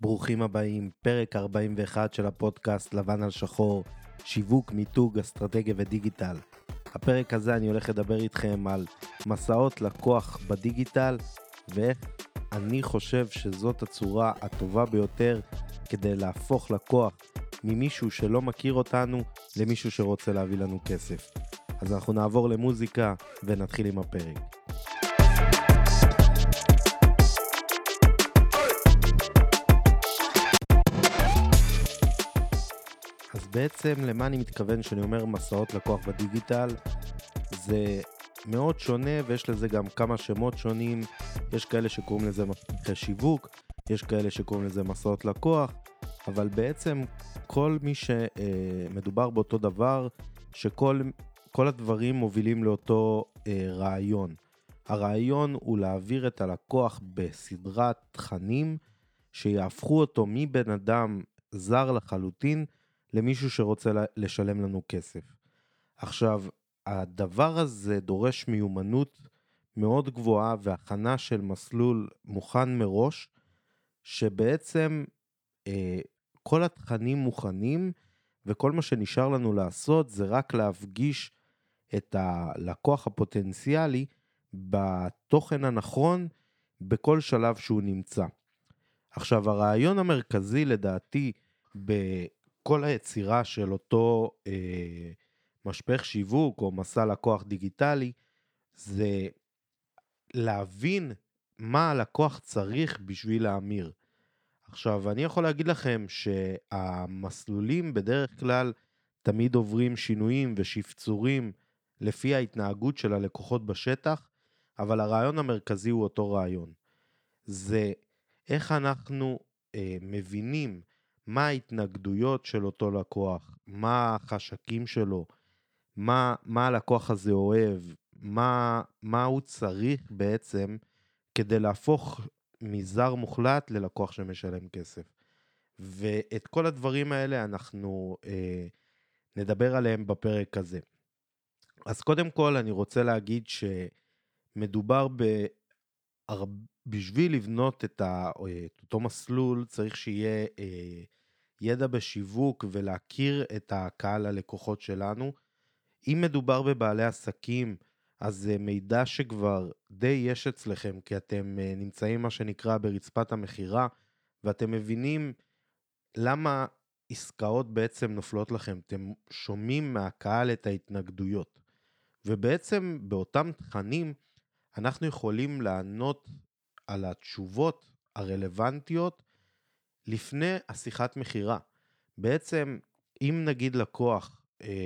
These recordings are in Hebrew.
ברוכים הבאים, פרק 41 של הפודקאסט לבן על שחור, שיווק, מיתוג, אסטרטגיה ודיגיטל. הפרק הזה אני הולך לדבר איתכם על מסעות לקוח בדיגיטל, ואיך אני חושב שזאת הצורה הטובה ביותר כדי להפוך לקוח ממישהו שלא מכיר אותנו למישהו שרוצה להביא לנו כסף. אז אנחנו נעבור למוזיקה ונתחיל עם הפרק. אז בעצם למה אני מתכוון שאני אומר מסעות לקוח בדיגיטל? זה מאוד שונה ויש לזה גם כמה שמות שונים. יש כאלה שקוראים לזה מסעות שיווק, יש כאלה שקוראים לזה מסעות לקוח, אבל בעצם כל מי שמדובר באותו דבר, שכל הדברים מובילים לאותו רעיון. הרעיון הוא להעביר את הלקוח בסדרת תכנים שיהפכו אותו מבן אדם זר לחלוטין למישהו שרוצה לשלם לנו כסף. עכשיו, הדבר הזה דורש מיומנות מאוד גבוהה והכנה של מסלול מוכן מראש, שבעצם כל התכנים מוכנים, וכל מה שנשאר לנו לעשות זה רק להפגיש את הלקוח הפוטנציאלי בתוכן הנכון בכל שלב שהוא נמצא. עכשיו, הרעיון המרכזי לדעתי בכל היצירה של אותו משפך שיווק או מסע לקוח דיגיטלי, זה להבין מה הלקוח צריך בשביל להמיר. עכשיו, אני יכול להגיד לכם שהמסלולים בדרך כלל תמיד עוברים שינויים ושפצורים לפי ההתנהגות של הלקוחות בשטח, אבל הרעיון המרכזי הוא אותו רעיון. זה איך אנחנו מבינים מה ההתנגדויות של אותו לקוח, מה החשקים שלו, מה הלקוח הזה אוהב, מה הוא צריך בעצם כדי להפוך מזר מוחלט ללקוח שמשלם כסף. ואת כל הדברים האלה אנחנו נדבר עליהם בפרק הזה. אז קודם כל אני רוצה להגיד שמדובר בשביל לבנות את אותו מסלול צריך שיהיה ידע בשיווק ולהכיר את הקהל הלקוחות שלנו. אם מדובר בבעלי עסקים, אז זה מידע שכבר די יש אצלכם, כי אתם נמצאים מה שנקרא ברצפת המחירה, ואתם מבינים למה עסקאות בעצם נופלות לכם. אתם שומעים מהקהל את ההתנגדויות. ובעצם באותם תכנים אנחנו יכולים לענות על התשובות הרלוונטיות לפני השיחת מחירה. בעצם אם נגיד לקוח,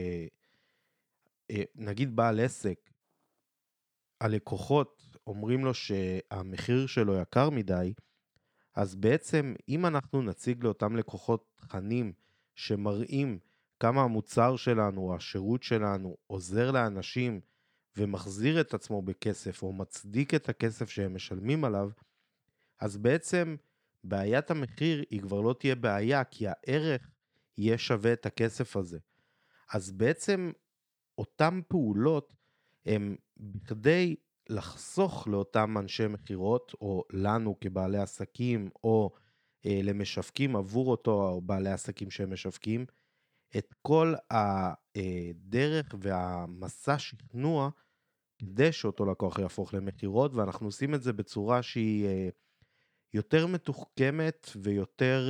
נגיד בעל עסק, הלקוחות אומרים לו שהמחיר שלו יקר מדי, אז בעצם אם אנחנו נציג לאותם לקוחות תכנים שמראים כמה המוצר שלנו או השירות שלנו עוזר לאנשים ומחזיר את עצמו בכסף או מצדיק את הכסף שהם משלמים עליו, אז בעצם בעיית המחיר היא כבר לא תהיה בעיה, כי הערך יהיה שווה את הכסף הזה. אז בעצם אותם פעולות הם בכדי לחסוך לאותם אנשי מחירות, או לנו כבעלי עסקים, או למשווקים עבור אותו בעלי עסקים שהם משווקים, את כל הדרך והמסע שכנוע, כדי שאותו לקוח יהפוך למחירות, ואנחנו עושים את זה בצורה שהיא יותר מתוחכמת ויותר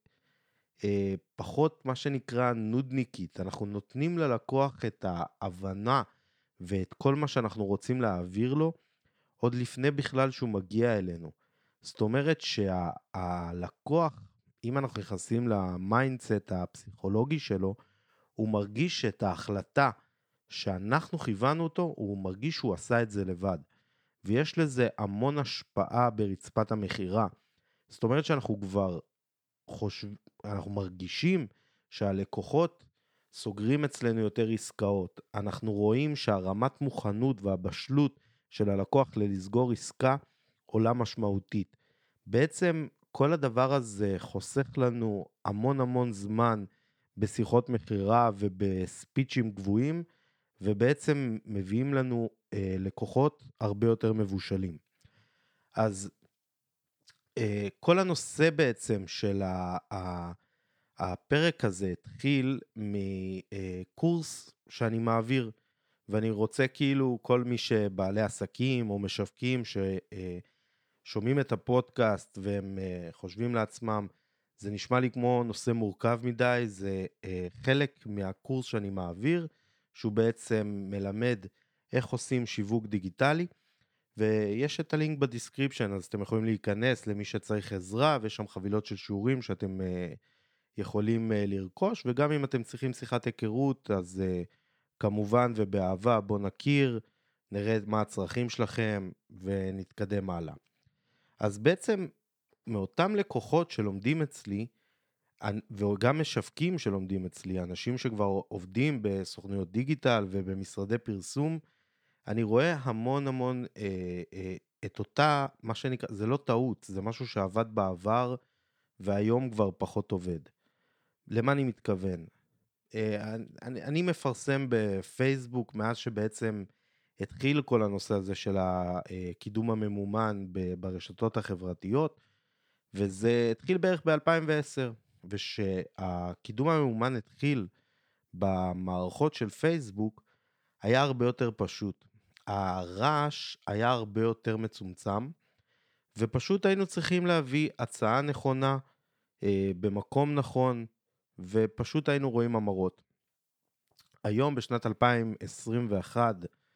פחות מה שנקרא נודניקית. אנחנו נותנים ללקוח את ההבנה ואת כל מה שאנחנו רוצים להעביר לו, עוד לפני בכלל שהוא מגיע אלינו. זאת אומרת שהלקוח, אם אנחנו נכנסים למיינדסט הפסיכולוגי שלו, הוא מרגיש את ההחלטה שאנחנו כיוונו אותו, הוא מרגיש שהוא עשה את זה לבד. ויש לזה המון השפעה ברצפת המחירה. זאת אומרת שאנחנו כבר אנחנו מרגישים שהלקוחות סוגרים אצלנו יותר עסקאות. אנחנו רואים שהרמת מוכנות והבשלות של הלקוח לסגור עסקה עולה משמעותית. בעצם כל הדבר הזה חוסך לנו המון זמן בשיחות מחירה ובספיצ'ים גבוהים, ובעצם מביאים לנו לקוחות הרבה יותר מבושלים. אז כל הנושא בעצם של הפרק הזה התחיל מקורס שאני מעביר, ואני רוצה כאילו כל מי שבעלי עסקים או משווקים ששומעים את הפודקאסט והם חושבים לעצמם, זה נשמע לי כמו נושא מורכב מדי, זה חלק מהקורס שאני מעביר, שהוא בעצם מלמד איך עושים שיווק דיגיטלי, ויש את הלינק בדיסקריפשן, אז אתם יכולים להיכנס למי שצריך עזרה, ויש שם חבילות של שיעורים שאתם יכולים לרכוש, וגם אם אתם צריכים שיחת היכרות, אז כמובן ובאהבה בוא נכיר, נראה מה הצרכים שלכם ונתקדם הלאה. אז בעצם מאותם לקוחות שלומדים אצלי, וגם משווקים שלומדים אצלי, אנשים שכבר עובדים בסוכנויות דיגיטל ובמשרדי פרסום, אני רואה המון את אותה, מה שנקרא, זה לא טעות, זה משהו שעבד בעבר והיום כבר פחות עובד. למה אני מתכוון? אני מפרסם בפייסבוק מאז שבעצם התחיל כל הנושא הזה של הקידום הממומן ברשתות החברתיות, וזה התחיל בערך ב-2010, ושהקידום הממומן התחיל במערכות של פייסבוק, היה הרבה יותר פשוט. הרעש היה הרבה יותר מצומצם, ופשוט היינו צריכים להביא הצעה נכונה, במקום נכון, ופשוט היינו רואים אמרות. היום בשנת 2021,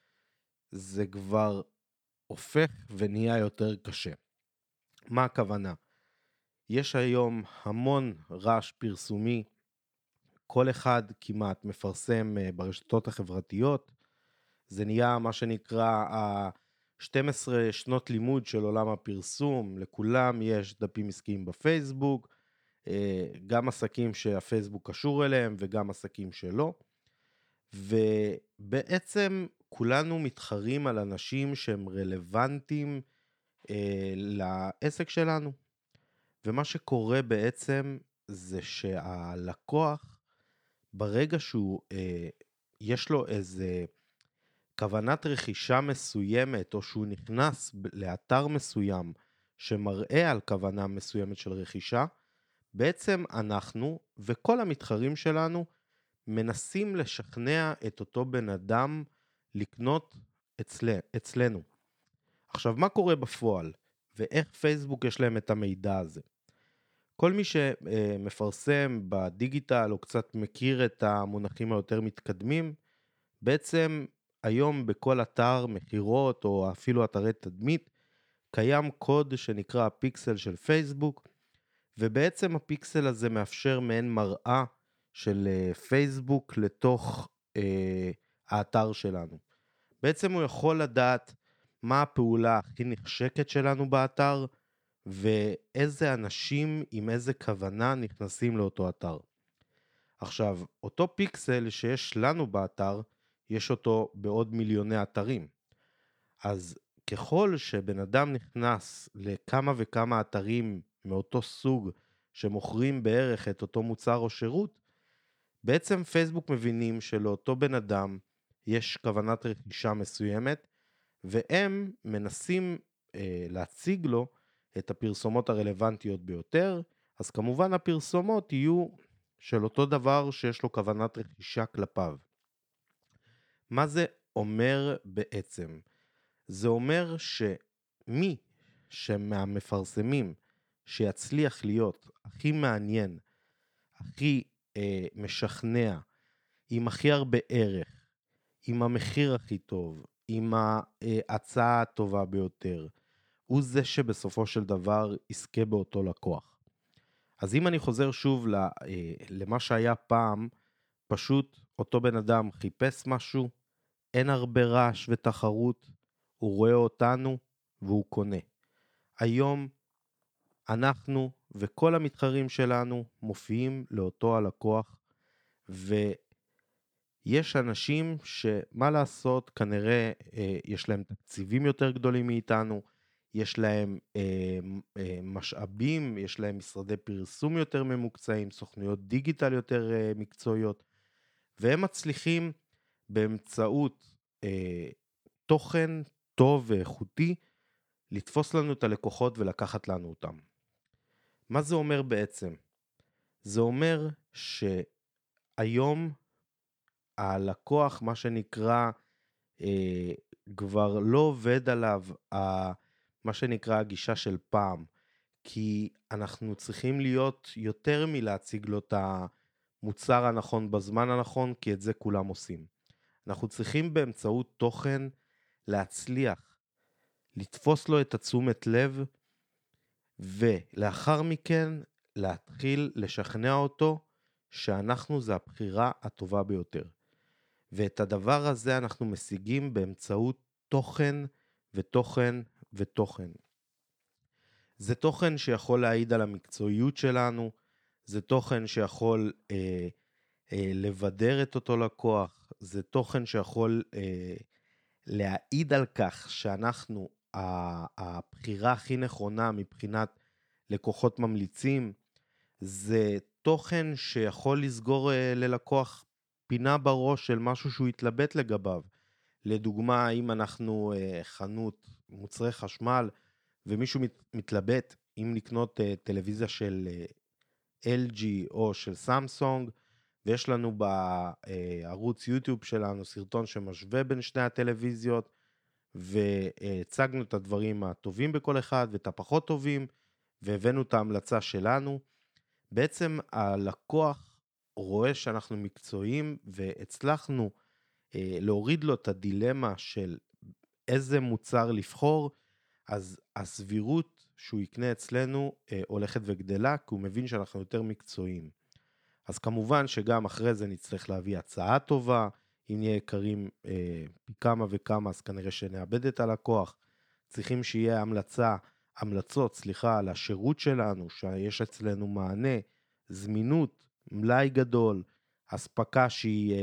זה כבר הופך ונהיה יותר קשה. מה הכוונה? יש היום המון רעש פרסומי, כל אחד כמעט מפרסם ברשתות החברתיות, זה נהיה מה שנקרא ה-12 שנות לימוד של עולם הפרסום, לכולם יש דפים עסקיים בפייסבוק, גם עסקים שהפייסבוק קשור אליהם וגם עסקים שלא, ובעצם כולנו מתחרים על אנשים שהם רלוונטיים לעסק שלנו, ומה שקורה בעצם זה שהלקוח, ברגע שהוא יש לו איזה כוונת רכישה מסוימת, או שהוא נכנס לאתר מסוים שמראה על כוונה מסוימת של רכישה, בעצם אנחנו וכל המתחרים שלנו מנסים לשכנע את אותו בן אדם לקנות אצלנו. עכשיו, מה קורה בפועל? ואיך פייסבוק יש להם את המידע הזה? כל מי שמפרסם בדיגיטל או קצת מכיר את המונחים היותר מתקדמים, בעצם היום בכל אתר מחירות או אפילו אתרי תדמית, קיים קוד שנקרא הפיקסל של פייסבוק, ובעצם הפיקסל הזה מאפשר מעין מראה של פייסבוק לתוך האתר שלנו. בעצם הוא יכול לדעת מה הפעולה הכי נחשקת שלנו באתר, ואיזה אנשים עם איזה כוונה נכנסים לאותו אתר. עכשיו, אותו פיקסל שיש לנו באתר, יש אותו בעוד מיליוני אתרים. אז ככל שבן אדם נכנס לכמה וכמה אתרים מאותו סוג שמוכרים בערך את אותו מוצר או שירות, בעצם פייסבוק מבינים שלאותו בן אדם יש כוונת רכישה מסוימת, והם מנסים להציג לו את הפרסומות הרלוונטיות ביותר, אז כמובן הפרסומות יהיו של אותו דבר שיש לו כוונת רכישה כלפיו. מה זה אומר בעצם? זה אומר שמי שמהמפרסמים שיצליח להיות הכי מעניין, הכי משכנע, עם הכי הרבה ערך, עם המחיר הכי טוב, עם ההצעה הטובה ביותר, הוא זה שבסופו של דבר יזכה באותו לקוח. אז אם אני חוזר שוב למה שהיה פעם, פשוט אותו בן אדם חיפש משהו, אין הרבה רעש ותחרות, הוא רואה אותנו והוא קונה. היום אנחנו וכל המתחרים שלנו מופיעים לאותו הלקוח, ויש אנשים שמה לעשות, כנראה יש להם תקציבים יותר גדולים מאיתנו, יש להם משאבים, יש להם משרדי פרסום יותר ממוקצעים, סוכנויות דיגיטל יותר מקצועיות, והם מצליחים באמצעות תוכן טוב ואיכותי, לתפוס לנו את הלקוחות ולקחת לנו אותם. מה זה אומר בעצם? זה אומר שהיום הלקוח, מה שנקרא, אה, כבר לא עובד עליו מה שנקרא הגישה של פעם, כי אנחנו צריכים להיות יותר מלהציג לו את המוצר הנכון בזמן הנכון, כי את זה כולם עושים. אנחנו צריכים באמצעות תוכן להצליח, לתפוס לו את התשומת לב, ולאחר מכן להתחיל לשכנע אותו שאנחנו זה הבחירה הטובה ביותר. ואת הדבר הזה אנחנו משיגים באמצעות תוכן ותוכן ותוכן. זה תוכן שיכול להעיד על המקצועיות שלנו, זה תוכן שיכול לבדר את אותו לקוח, זה תוכן שיכול להעיד על כך שאנחנו הבחירה הכי נכונה מבחינת לקוחות ממליצים, זה תוכן שיכול לסגור ללקוח פינה בראש של משהו שהוא יתלבט לגביו. לדוגמה, אם אנחנו חנות מוצרי חשמל, ומישהו מתלבט אם לקנות טלוויזיה של LG או של סמסונג, ויש לנו בערוץ יוטיוב שלנו סרטון שמשווה בין שני הטלוויזיות, והצגנו את הדברים הטובים בכל אחד ואת הפחות טובים, והבאנו את ההמלצה שלנו. בעצם הלקוח רואה שאנחנו מקצועיים, והצלחנו להוריד לו את הדילמה של איזה מוצר לבחור, אז הסבירות שהוא יקנה אצלנו הולכת וגדלה, כי הוא מבין שאנחנו יותר מקצועיים. אז כמובן שגם אחרי זה נצטרך להביא הצעה טובה, אם נהיה יקרים פי כמה וכמה, אז כנראה שנאבד את הלקוח. צריכים שיהיה המלצות על השירות שלנו, שיש אצלנו מענה, זמינות, מלאי גדול, הספקה שהיא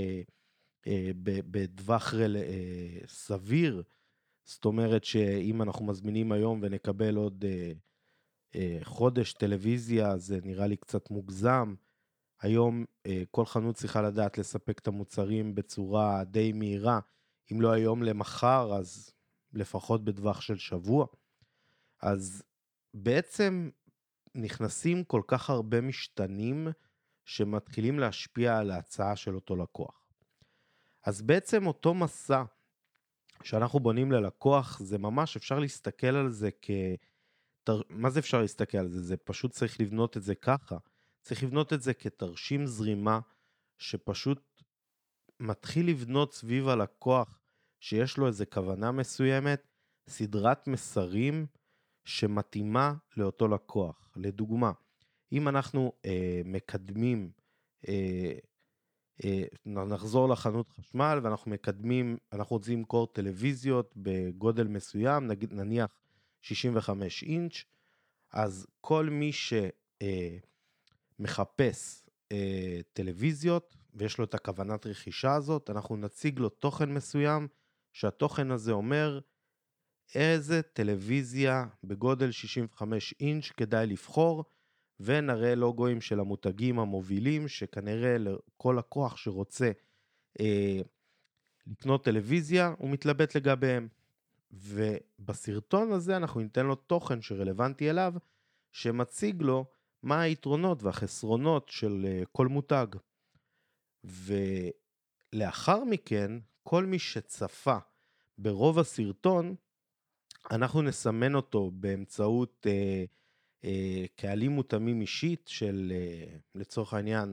בדווח סביר, זאת אומרת שאם אנחנו מזמינים היום ונקבל עוד חודש טלוויזיה, זה נראה לי קצת מוגזם. היום כל חנות צריכה לדעת לספק את המוצרים בצורה די מהירה, אם לא היום למחר, אז לפחות בדווח של שבוע. אז בעצם נכנסים כל כך הרבה משתנים שמתחילים להשפיע על ההצעה של אותו לקוח. אז בעצם אותו מסע שאנחנו בונים ללקוח, זה ממש אפשר להסתכל על זה מה זה אפשר להסתכל על זה? זה פשוט צריך לבנות את זה ככה. צריך לבנות את זה כתרשים זרימה, שפשוט מתחיל לבנות סביב הלקוח, שיש לו איזו כוונה מסוימת, סדרת מסרים שמתאימה לאותו לקוח. לדוגמה, אם אנחנו מקדמים, נחזור לחנות חשמל, ואנחנו מקדמים, אנחנו רוצים למכור טלוויזיות בגודל מסוים, נניח 65 אינץ', אז כל מי שמחפש טלוויזיות, ויש לו את הכוונת רכישה הזאת, אנחנו נציג לו תוכן מסוים, שהתוכן הזה אומר, איזה טלוויזיה בגודל 65 אינץ' כדאי לבחור, ונראה לוגויים של המותגים המובילים, שכנראה לכל לקוח שרוצה לקנות טלוויזיה, הוא מתלבט לגביהם. ובסרטון הזה אנחנו ניתן לו תוכן שרלוונטי אליו, שמציג לו מה היתרונות והחסרונות של כל מותג. ולאחר מכן, כל מי שצפה ברוב הסרטון, אנחנו נסמן אותו באמצעות קהלים מותאמים אישית של, לצורך העניין,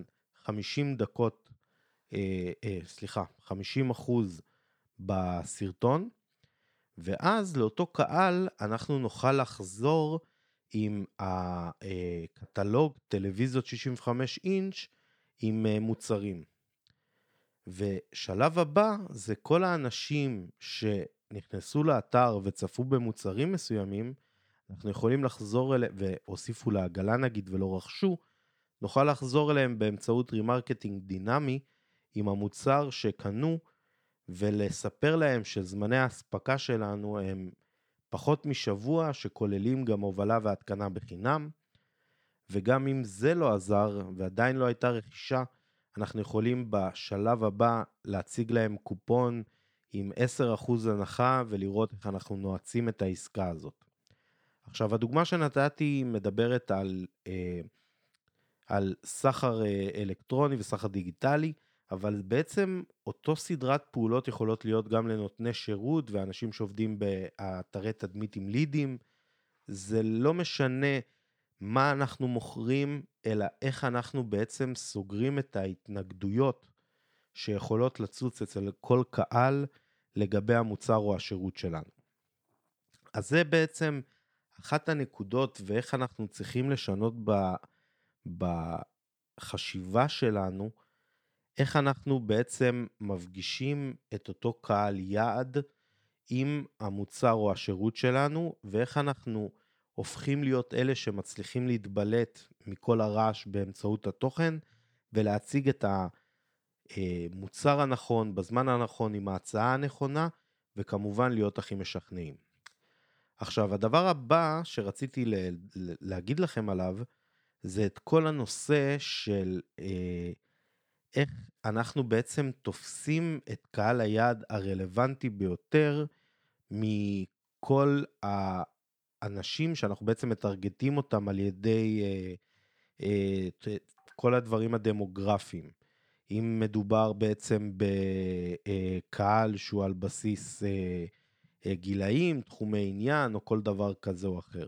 50% בסרטון, ואז לאותו קהל אנחנו נוכל לחזור עם הקטלוג טלוויזיות 65 אינץ' עם מוצרים. ושלב הבא זה כל האנשים שנכנסו לאתר וצפו במוצרים מסוימים, אנחנו יכולים לחזור אליהם, והוסיפו לעגלה נגיד ולא רכשו, נוכל לחזור אליהם באמצעות רימרקטינג דינמי עם המוצר שקנו, ולספר להם שזמני ההספקה שלנו הם פחות משבוע, שכוללים גם הובלה והתקנה בחינם, וגם אם זה לא עזר ועדיין לא הייתה רכישה, אנחנו יכולים בשלב הבא להציג להם קופון עם 10% הנחה, ולראות איך אנחנו נועצים את העסקה הזאת. עכשיו, הדוגמה שנתתי מדברת על סחר אלקטרוני וסחר דיגיטלי, אבל בעצם אותו סדרת פעולות יכולות להיות גם לנותני שירות ואנשים שעובדים באתרי תדמית עם לידים. זה לא משנה מה אנחנו מוכרים, אלא איך אנחנו בעצם סוגרים את ההתנגדויות שיכולות לצוץ אצל כל קהל לגבי המוצר או השירות שלנו. אז זה בעצם אחת הנקודות ואיך אנחנו צריכים לשנות בחשיבה שלנו, איך אנחנו בעצם מפגישים את אותו קהל יעד עם המוצר או השירות שלנו, ואיך אנחנו הופכים להיות אלה שמצליחים להתבלט מכל הרעש באמצעות התוכן, ולהציג את המוצר הנכון, בזמן הנכון, עם ההצעה הנכונה, וכמובן להיות הכי משכנעים. עכשיו, הדבר הבא שרציתי להגיד לכם עליו, זה את כל הנושא של איך אנחנו בעצם תופסים את קהל היעד הרלוונטי ביותר מכל האנשים שאנחנו בעצם מטרגטים אותם על ידי כל הדברים הדמוגרפיים. אם מדובר בעצם בקהל שהוא על בסיס גילאים, תחומי עניין או כל דבר כזה או אחר.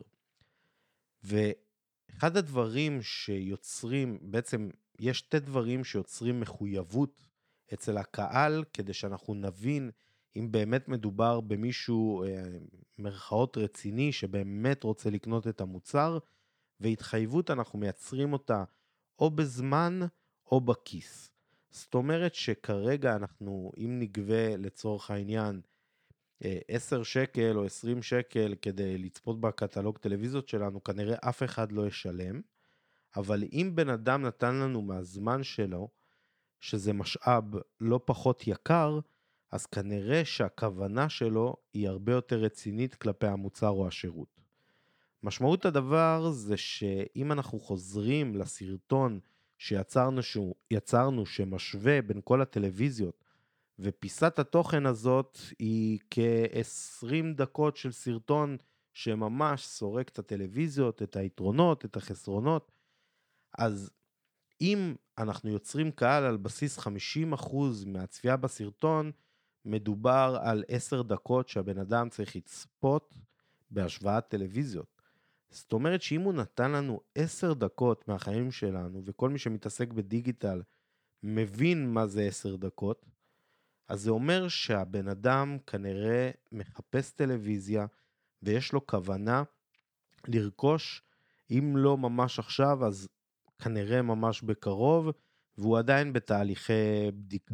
ואחד הדברים שיוצרים, בעצם יש שתי דברים שיוצרים מחויבות אצל הקהל, כדי שאנחנו נבין אם באמת מדובר במישהו מרכאות רציני שבאמת רוצה לקנות את המוצר, והתחייבות אנחנו מייצרים אותה או בזמן או בכיס. זאת אומרת שכרגע אנחנו, אם נגבה לצורך העניין 10 שקל או 20 שקל כדי לצפות בקטלוג טלוויזיות שלנו, כנראה אף אחד לא ישלם, אבל אם בן אדם נתן לנו מהזמן שלו, שזה משאב לא פחות יקר, אז כנראה שהכוונה שלו היא הרבה יותר רצינית כלפי המוצר או השירות. משמעות הדבר זה שאם אנחנו חוזרים לסרטון שיצרנו שמשווה בין כל הטלוויזיות, ופיסת התוכן הזאת היא כ-20 דקות של סרטון שממש סורק את הטלוויזיות, את היתרונות, את החסרונות, אז אם אנחנו יוצרים קהל על בסיס 50% מהצפייה בסרטון, מדובר על 10 דקות שהבן אדם צריך לצפות בהשוואת טלוויזיות. זאת אומרת שאם הוא נתן לנו 10 דקות מהחיים שלנו, וכל מי שמתעסק בדיגיטל מבין מה זה 10 דקות, אז זה אומר שהבן אדם כנראה מחפש טלוויזיה, ויש לו כוונה לרכוש, אם לא ממש עכשיו, אז כנראה ממש בקרוב, והוא עדיין בתהליכי בדיקה.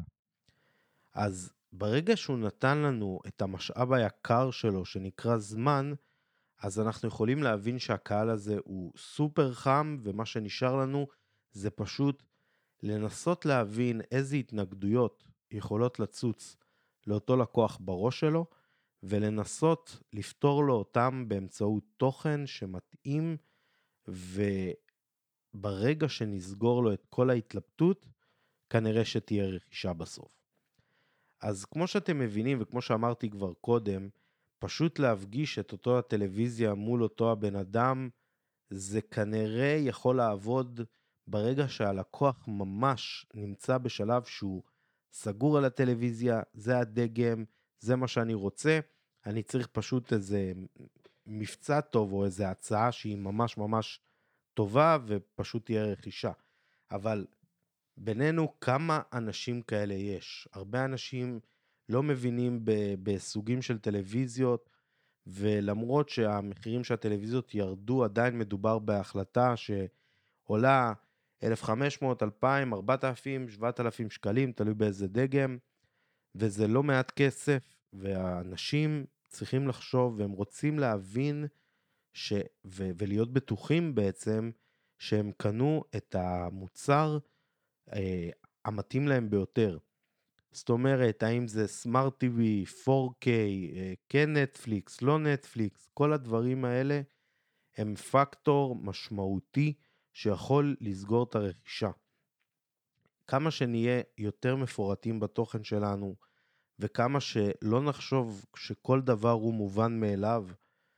אז ברגע שהוא נתן לנו את המשאב היקר שלו, שנקרא זמן, אז אנחנו יכולים להבין שהקהל הזה הוא סופר חם, ומה שנשאר לנו זה פשוט לנסות להבין איזה התנגדויות יכולות לצוץ לאותו לקוח בראש שלו, ולנסות לפתור לו אותם באמצעות תוכן שמתאים, וברגע שנסגור לו את כל ההתלבטות, כנראה שתהיה רכישה בסוף. אז כמו שאתם מבינים, וכמו שאמרתי כבר קודם, פשוט להפגיש את אותו הטלוויזיה מול אותו הבן אדם, זה כנראה יכול לעבוד ברגע שהלקוח ממש נמצא בשלב שהוא סגור על הטלוויזיה, זה הדגם, זה מה שאני רוצה, אני צריך פשוט איזה מבצע טוב או איזה הצעה שהיא ממש ממש טובה ופשוט תהיה רכישה. אבל בינינו כמה אנשים כאלה יש? הרבה אנשים לא מבינים בסוגים של טלוויזיות, ולמרות שהמחירים של הטלוויזיות ירדו, עדיין מדובר בהחלטה שעולה 1,500, 2,000, 4,000, 7,000 שקלים, תלוי באיזה דגם, וזה לא מעט כסף, והאנשים צריכים לחשוב, והם רוצים להבין ולהיות בטוחים בעצם, שהם קנו את המוצר המתאים להם ביותר. זאת אומרת, האם זה סמארט טיווי, 4K, כן נטפליקס, לא נטפליקס, כל הדברים האלה הם פקטור משמעותי שיכול לסגור את הרכישה. כמה שנהיה יותר מפורטים בתוכן שלנו, וכמה שלא נחשוב שכל דבר הוא מובן מאליו,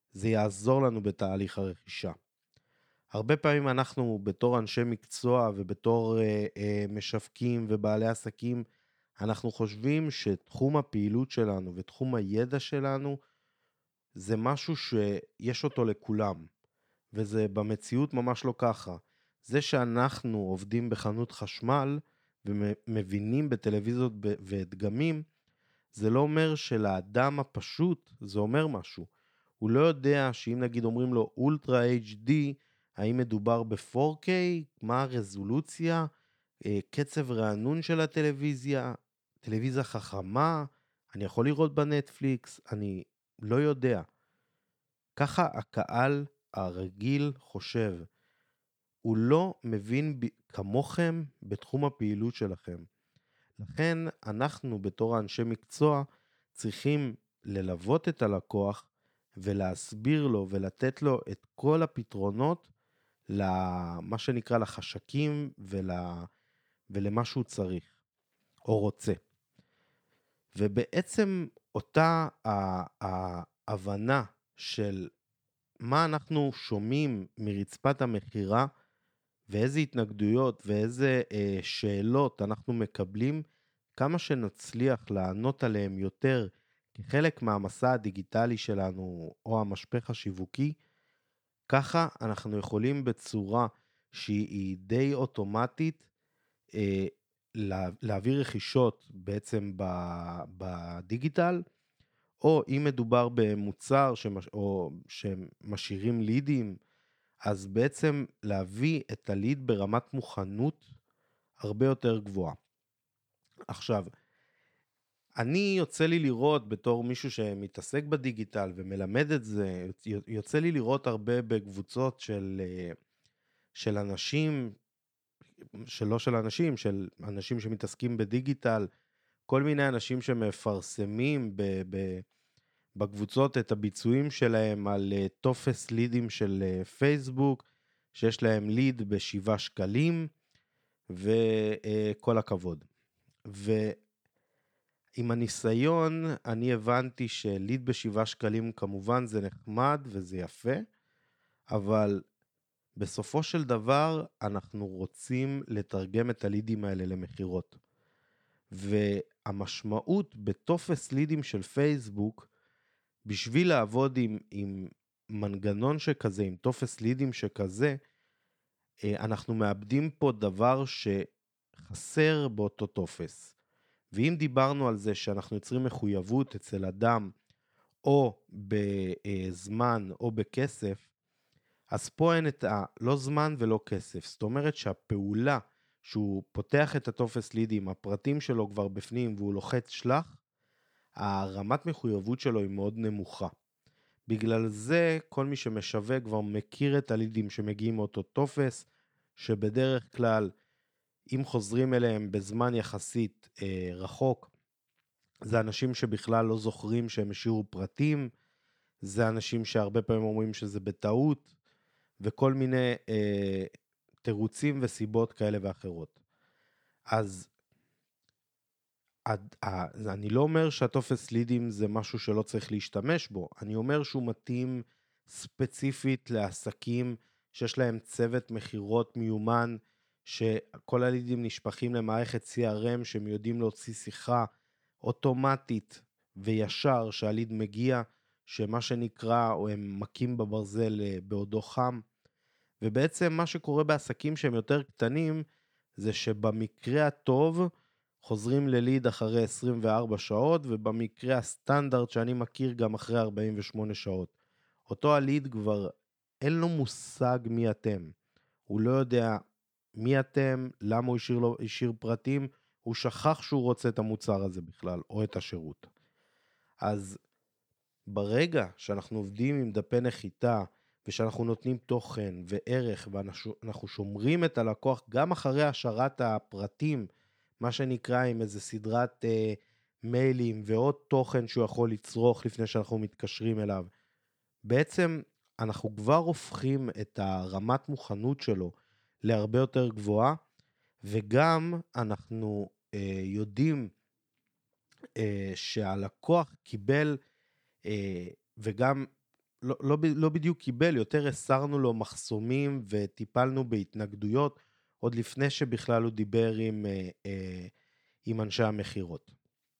זה יעזור לנו בתהליך הרכישה. הרבה פעמים אנחנו בתור אנשי מקצוע ובתור משווקים ובעלי עסקים, אנחנו חושבים שתחום הפעילות שלנו ותחום הידע שלנו זה משהו שיש אותו לכולם, וזה במציאות ממש לא ככה. זה שאנחנו עובדים בחנות חשמל ומבינים בטלוויזיות ודגמים, זה לא אומר שלאדם הפשוט זה אומר משהו. הוא לא יודע שאם נגיד אומרים לו אולטרה HD, האם מדובר ב-4K, מה הרזולוציה, קצב רענון של הטלוויזיה, טלוויזיה חכמה, אני יכול לראות בנטפליקס, אני לא יודע. ככה הקהל הרגיל חושב. הוא לא מבין כמוכם בתחום הפעילות שלכם. לכן אנחנו בתור אנשי מקצוע צריכים ללוות את הלקוח ולהסביר לו ולתת לו את כל הפתרונות למה שנקרא לחשקים ולמה שהוא צריך או רוצה. ובעצם אותה ההבנה של מה אנחנו שומעים מרצפת המחירה ואיזה התנגדויות ואיזה שאלות אנחנו מקבלים, כמה שנצליח לענות עליהם יותר כחלק מהמסע הדיגיטלי שלנו או המשפך השיווקי, ככה אנחנו יכולים בצורה שהיא די אוטומטית להעביר רכישות בעצם בדיגיטל, או אם מדובר במוצר או שמשאירים לידים, אז בעצם להביא את הליד ברמת מוכנות הרבה יותר גבוהה. עכשיו, אני יוצא לי לראות בתור מישהו שמתעסק בדיגיטל ומלמד את זה, יוצא לי לראות הרבה בקבוצות של אנשים, של אנשים שמתעסקים בדיגיטל, כל מיני אנשים שמפרסמים בקבוצות את הביצועים שלהם על טופס לידים של פייסבוק, שיש להם ליד ב7 שקלים, וכל הכבוד. ועם הניסיון אני הבנתי שליד ב7 שקלים כמובן זה נחמד וזה יפה, אבל בסופו של דבר אנחנו רוצים לתרגם את הלידים האלה למחירות. והמשמעות בטופס לידים של פייסבוק, בשביל לעבוד עם מנגנון שכזה, עם טופס לידים שכזה, אנחנו מאבדים פה דבר שחסר באותו טופס. ואם דיברנו על זה שאנחנו יוצרים מחויבות אצל אדם, או בזמן או בכסף, אז פה אין את לא זמן ולא כסף. זאת אומרת שהפעולה שהוא פותח את הטופס לידים, הפרטים שלו כבר בפנים והוא לוחץ שלח, הרמת מחויבות שלו היא מאוד נמוכה. בגלל זה כל מי שמשווק כבר מכיר את הלידים שמגיעים מאותו טופס, שבדרך כלל אם חוזרים אליהם בזמן יחסית רחוק, זה אנשים שבכלל לא זוכרים שהם השאירו פרטים, זה אנשים שהרבה פעמים אומרים שזה בטעות, וכל מיני תירוצים וסיבות כאלה ואחרות. אז אני לא אומר שהטופס לידים זה משהו שלא צריך להשתמש בו, אני אומר שהוא מתאים ספציפית לעסקים שיש להם צוות מחירות מיומן, שכל הלידים נשפכים למערכת CRM שהם יודעים להוציא שיחה אוטומטית וישר שהליד מגיע, שמה שנקרא, או הם מכים בברזל בעודו חם. ובעצם מה שקורה בעסקים שהם יותר קטנים, זה שבמקרה הטוב חוזרים לליד אחרי 24 שעות, ובמקרה הסטנדרט שאני מכיר גם אחרי 48 שעות. אותו הליד כבר אין לו מושג מי אתם. הוא לא יודע מי אתם, למה הוא השאיר פרטים, הוא שכח שהוא רוצה את המוצר הזה בכלל, או את השירות. אז ברגע שאנחנו עובדים עם דפי נחיתה, ושאנחנו נותנים תוכן וערך, ואנחנו שומרים את הלקוח גם אחרי השארת הפרטים, מה שנקרא עם איזה סדרת מיילים ועוד תוכן שהוא יכול לצרוך לפני שאנחנו מתקשרים אליו, בעצם אנחנו כבר הופכים את הרמת מוכנות שלו להרבה יותר גבוהה, וגם אנחנו יודעים שהלקוח קיבל, וגם לא בדיוק קיבל, יותר הסרנו לו מחסומים וטיפלנו בהתנגדויות, עוד לפני שבכלל הוא דיבר עם אנשי המכירות.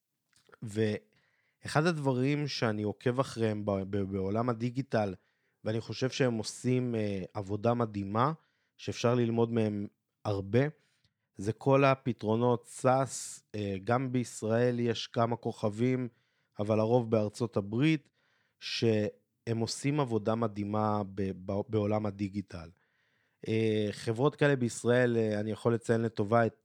ואחד הדברים שאני עוקב אחריהם בעולם הדיגיטל, ואני חושב שהם עושים עבודה מדהימה, שאפשר ללמוד מהם הרבה, זה כל הפתרונות SaaS, גם בישראל יש כמה כוכבים, אבל הרוב בארצות הברית, שהם עושים עבודה מדהימה בעולם הדיגיטל. חברות כאלה בישראל, אני יכול לציין לטובה את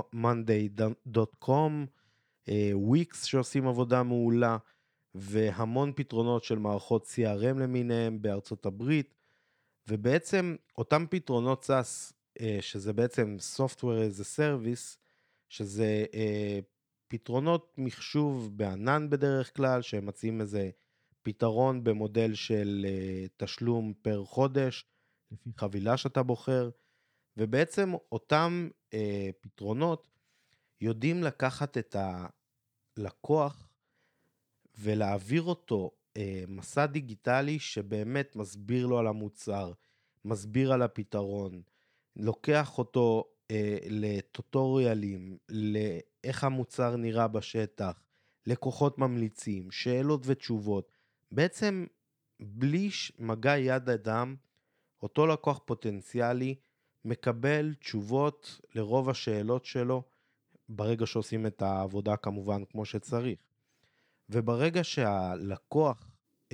monday.com, וויקס שעושים עבודה מעולה, והמון פתרונות של מערכות CRM למיניהם בארצות הברית, ובעצם אותם פתרונות SaaS, שזה בעצם Software as a Service, שזה פתרונות מחשוב בענן בדרך כלל, שהם מציעים איזה פתרון במודל של תשלום פר חודש, לפי חבילה שאתה בוחר, ובעצם אותם פתרונות יודעים לקחת את הלקוח ולהעביר אותו מסע דיגיטלי שבאמת מסביר לו על המוצר, מסביר על הפתרון, לוקח אותו לטוטוריאלים, לאיך המוצר נראה בשטח, לקוחות ממליצים, שאלות ותשובות. בעצם בלי מגע יד אדם, אותו לקוח פוטנציאלי מקבל תשובות לרוב השאלות שלו, ברגע שעושים את העבודה כמובן כמו שצריך. וברגע שהלקוח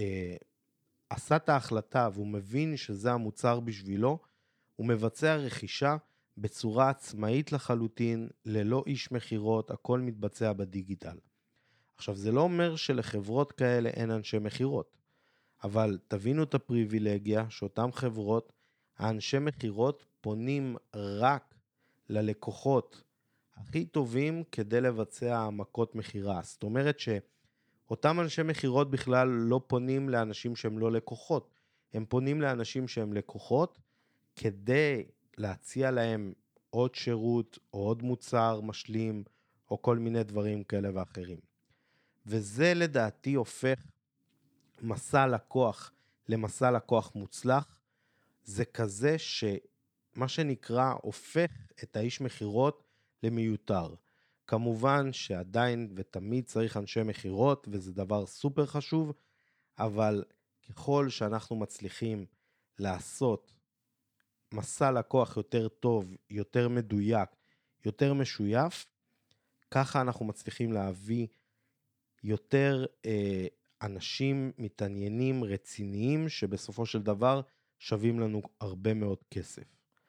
עשה את ההחלטה והוא מבין שזה המוצר בשבילו, הוא מבצע רכישה בצורה עצמאית לחלוטין, ללא איש מחירות, הכל מתבצע בדיגיטל. עכשיו זה לא אומר שלחברות כאלה אין אנשי מחירות, אבל תבינו את הפריבילגיה שאותם חברות, האנשי מחירות פונים רק ללקוחות הכי טובים כדי לבצע העמקות מחירה. זאת אומרת שאותם אנשי מחירות בכלל לא פונים לאנשים שהם לא לקוחות, הם פונים לאנשים שהם לקוחות כדי להציע להם עוד שירות או עוד מוצר משלים או כל מיני דברים כאלה ואחרים. וזה לדעתי הופך מסע לקוח למסע לקוח מוצלח, זה כזה שמה שנקרא הופך את האיש מחירות למיותר. כמובן שעדיין ותמיד צריך אנשי מחירות וזה דבר סופר חשוב, אבל ככל שאנחנו מצליחים לעשות מסע לקוח יותר טוב, יותר מדויק, יותר משויף, ככה אנחנו מצליחים להביא יותר אנשים מתעניינים, רציניים, שבסופו של דבר שווים לנו הרבה מאוד כסף.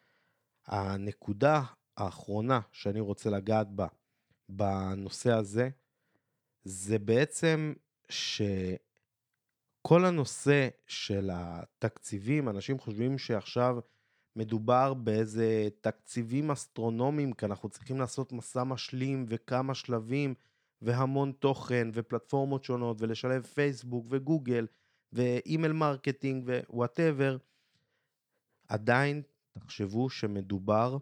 הנקודה האחרונה שאני רוצה לגעת בה, בנושא הזה, זה בעצם שכל הנושא של התקציבים, אנשים חושבים שעכשיו מדובר באיזה תקציבים אסטרונומיים, כי אנחנו צריכים לעשות מסע משלים וכמה שלבים, והמון תוכן ופלטפורמות שונות, ולשלב פייסבוק וגוגל, ואימייל מרקטינג ווואטאבר. עדיין תחשבו שמדובר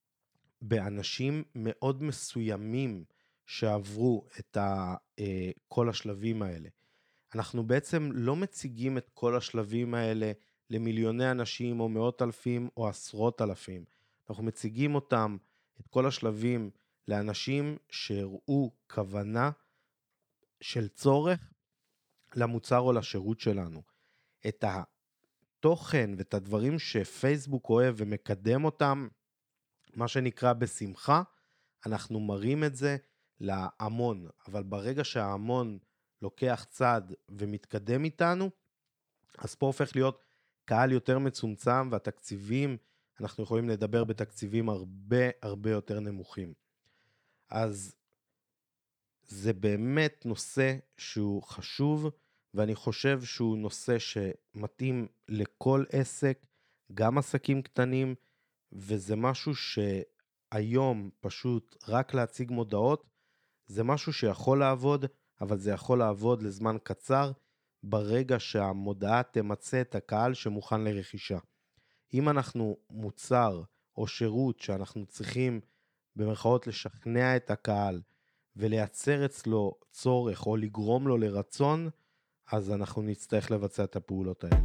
באנשים מאוד מסוימים שעברו את כל השלבים האלה. אנחנו בעצם לא מציגים את כל השלבים האלה למיליוני אנשים או מאות אלפים או עשרות אלפים. אנחנו מציגים אותם, את כל השלבים, לאנשים שהראו כוונה של צורך למוצר או לשירות שלנו. את התוכן ואת הדברים שפייסבוק אוהב ומקדם אותם, מה שנקרא בשמחה, אנחנו מראים את זה להמון, אבל ברגע שההמון לוקח צד ומתקדם איתנו, אז פה הופך להיות קהל יותר מצומצם, והתקציבים, אנחנו יכולים לדבר בתקציבים הרבה יותר נמוכים. אז זה באמת נושא שהוא חשוב, ואני חושב שהוא נושא שמתאים לכל עסק, גם עסקים קטנים, וזה משהו שהיום פשוט רק להציג מודעות, זה משהו שיכול לעבוד, אבל זה יכול לעבוד לזמן קצר, ברגע שהמודעה תמצא את הקהל שמוכן לרכישה. אם אנחנו מוצר או שירות שאנחנו צריכים במרכאות לשכנע את הקהל ולייצר אצלו צורך או לגרום לו לרצון, אז אנחנו נצטרך לבצע את הפעולות האלה.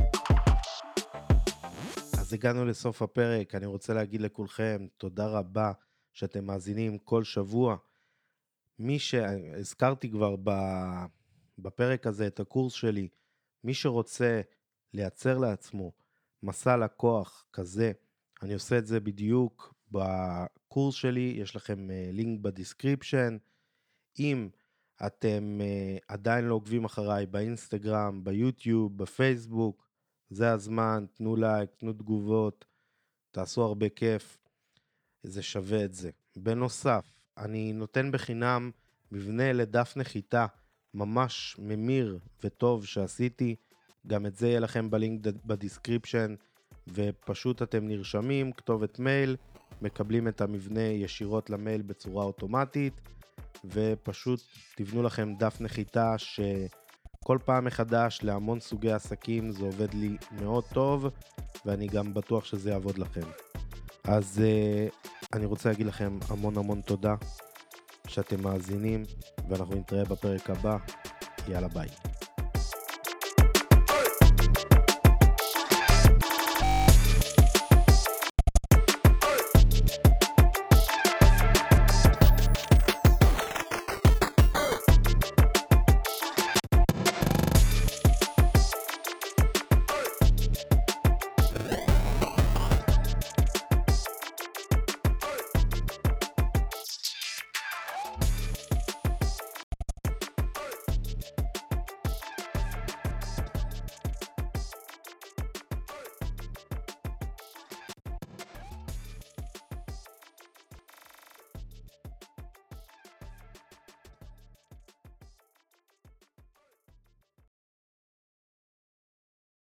אז הגענו לסוף הפרק, אני רוצה להגיד לכולכם תודה רבה שאתם מאזינים כל שבוע. מי שהזכרתי כבר בפרק הזה את הקורס שלי, מי שרוצה לייצר לעצמו מסע לקוח כזה, אני עושה את זה בדיוק בקורס שלי, יש לכם לינק בדיסקריפשן. אם אתם עדיין לא עוקבים אחריי באינסטגרם, ביוטיוב, בפייסבוק, זה הזמן, תנו לייק, תנו תגובות, תעשו הרבה כיף, זה שווה את זה. בנוסף, אני נותן בחינם מבנה לדף נחיתה ממש ממיר וטוב שעשיתי, גם את זה יהיה לכם בלינק בדיסקריפשן, ופשוט אתם נרשמים, כתובת מייל, מקבלים את המבנה ישירות למייל בצורה אוטומטית, ופשוט תבנו לכם דף נחיתה שכל פעם מחדש להמון סוגי עסקים, זה עובד לי מאוד טוב, ואני גם בטוח שזה יעבוד לכם. אז אני רוצה להגיד לכם המון תודה שאתם מאזינים, ואנחנו נתראה בפרק הבא. יאללה ביי.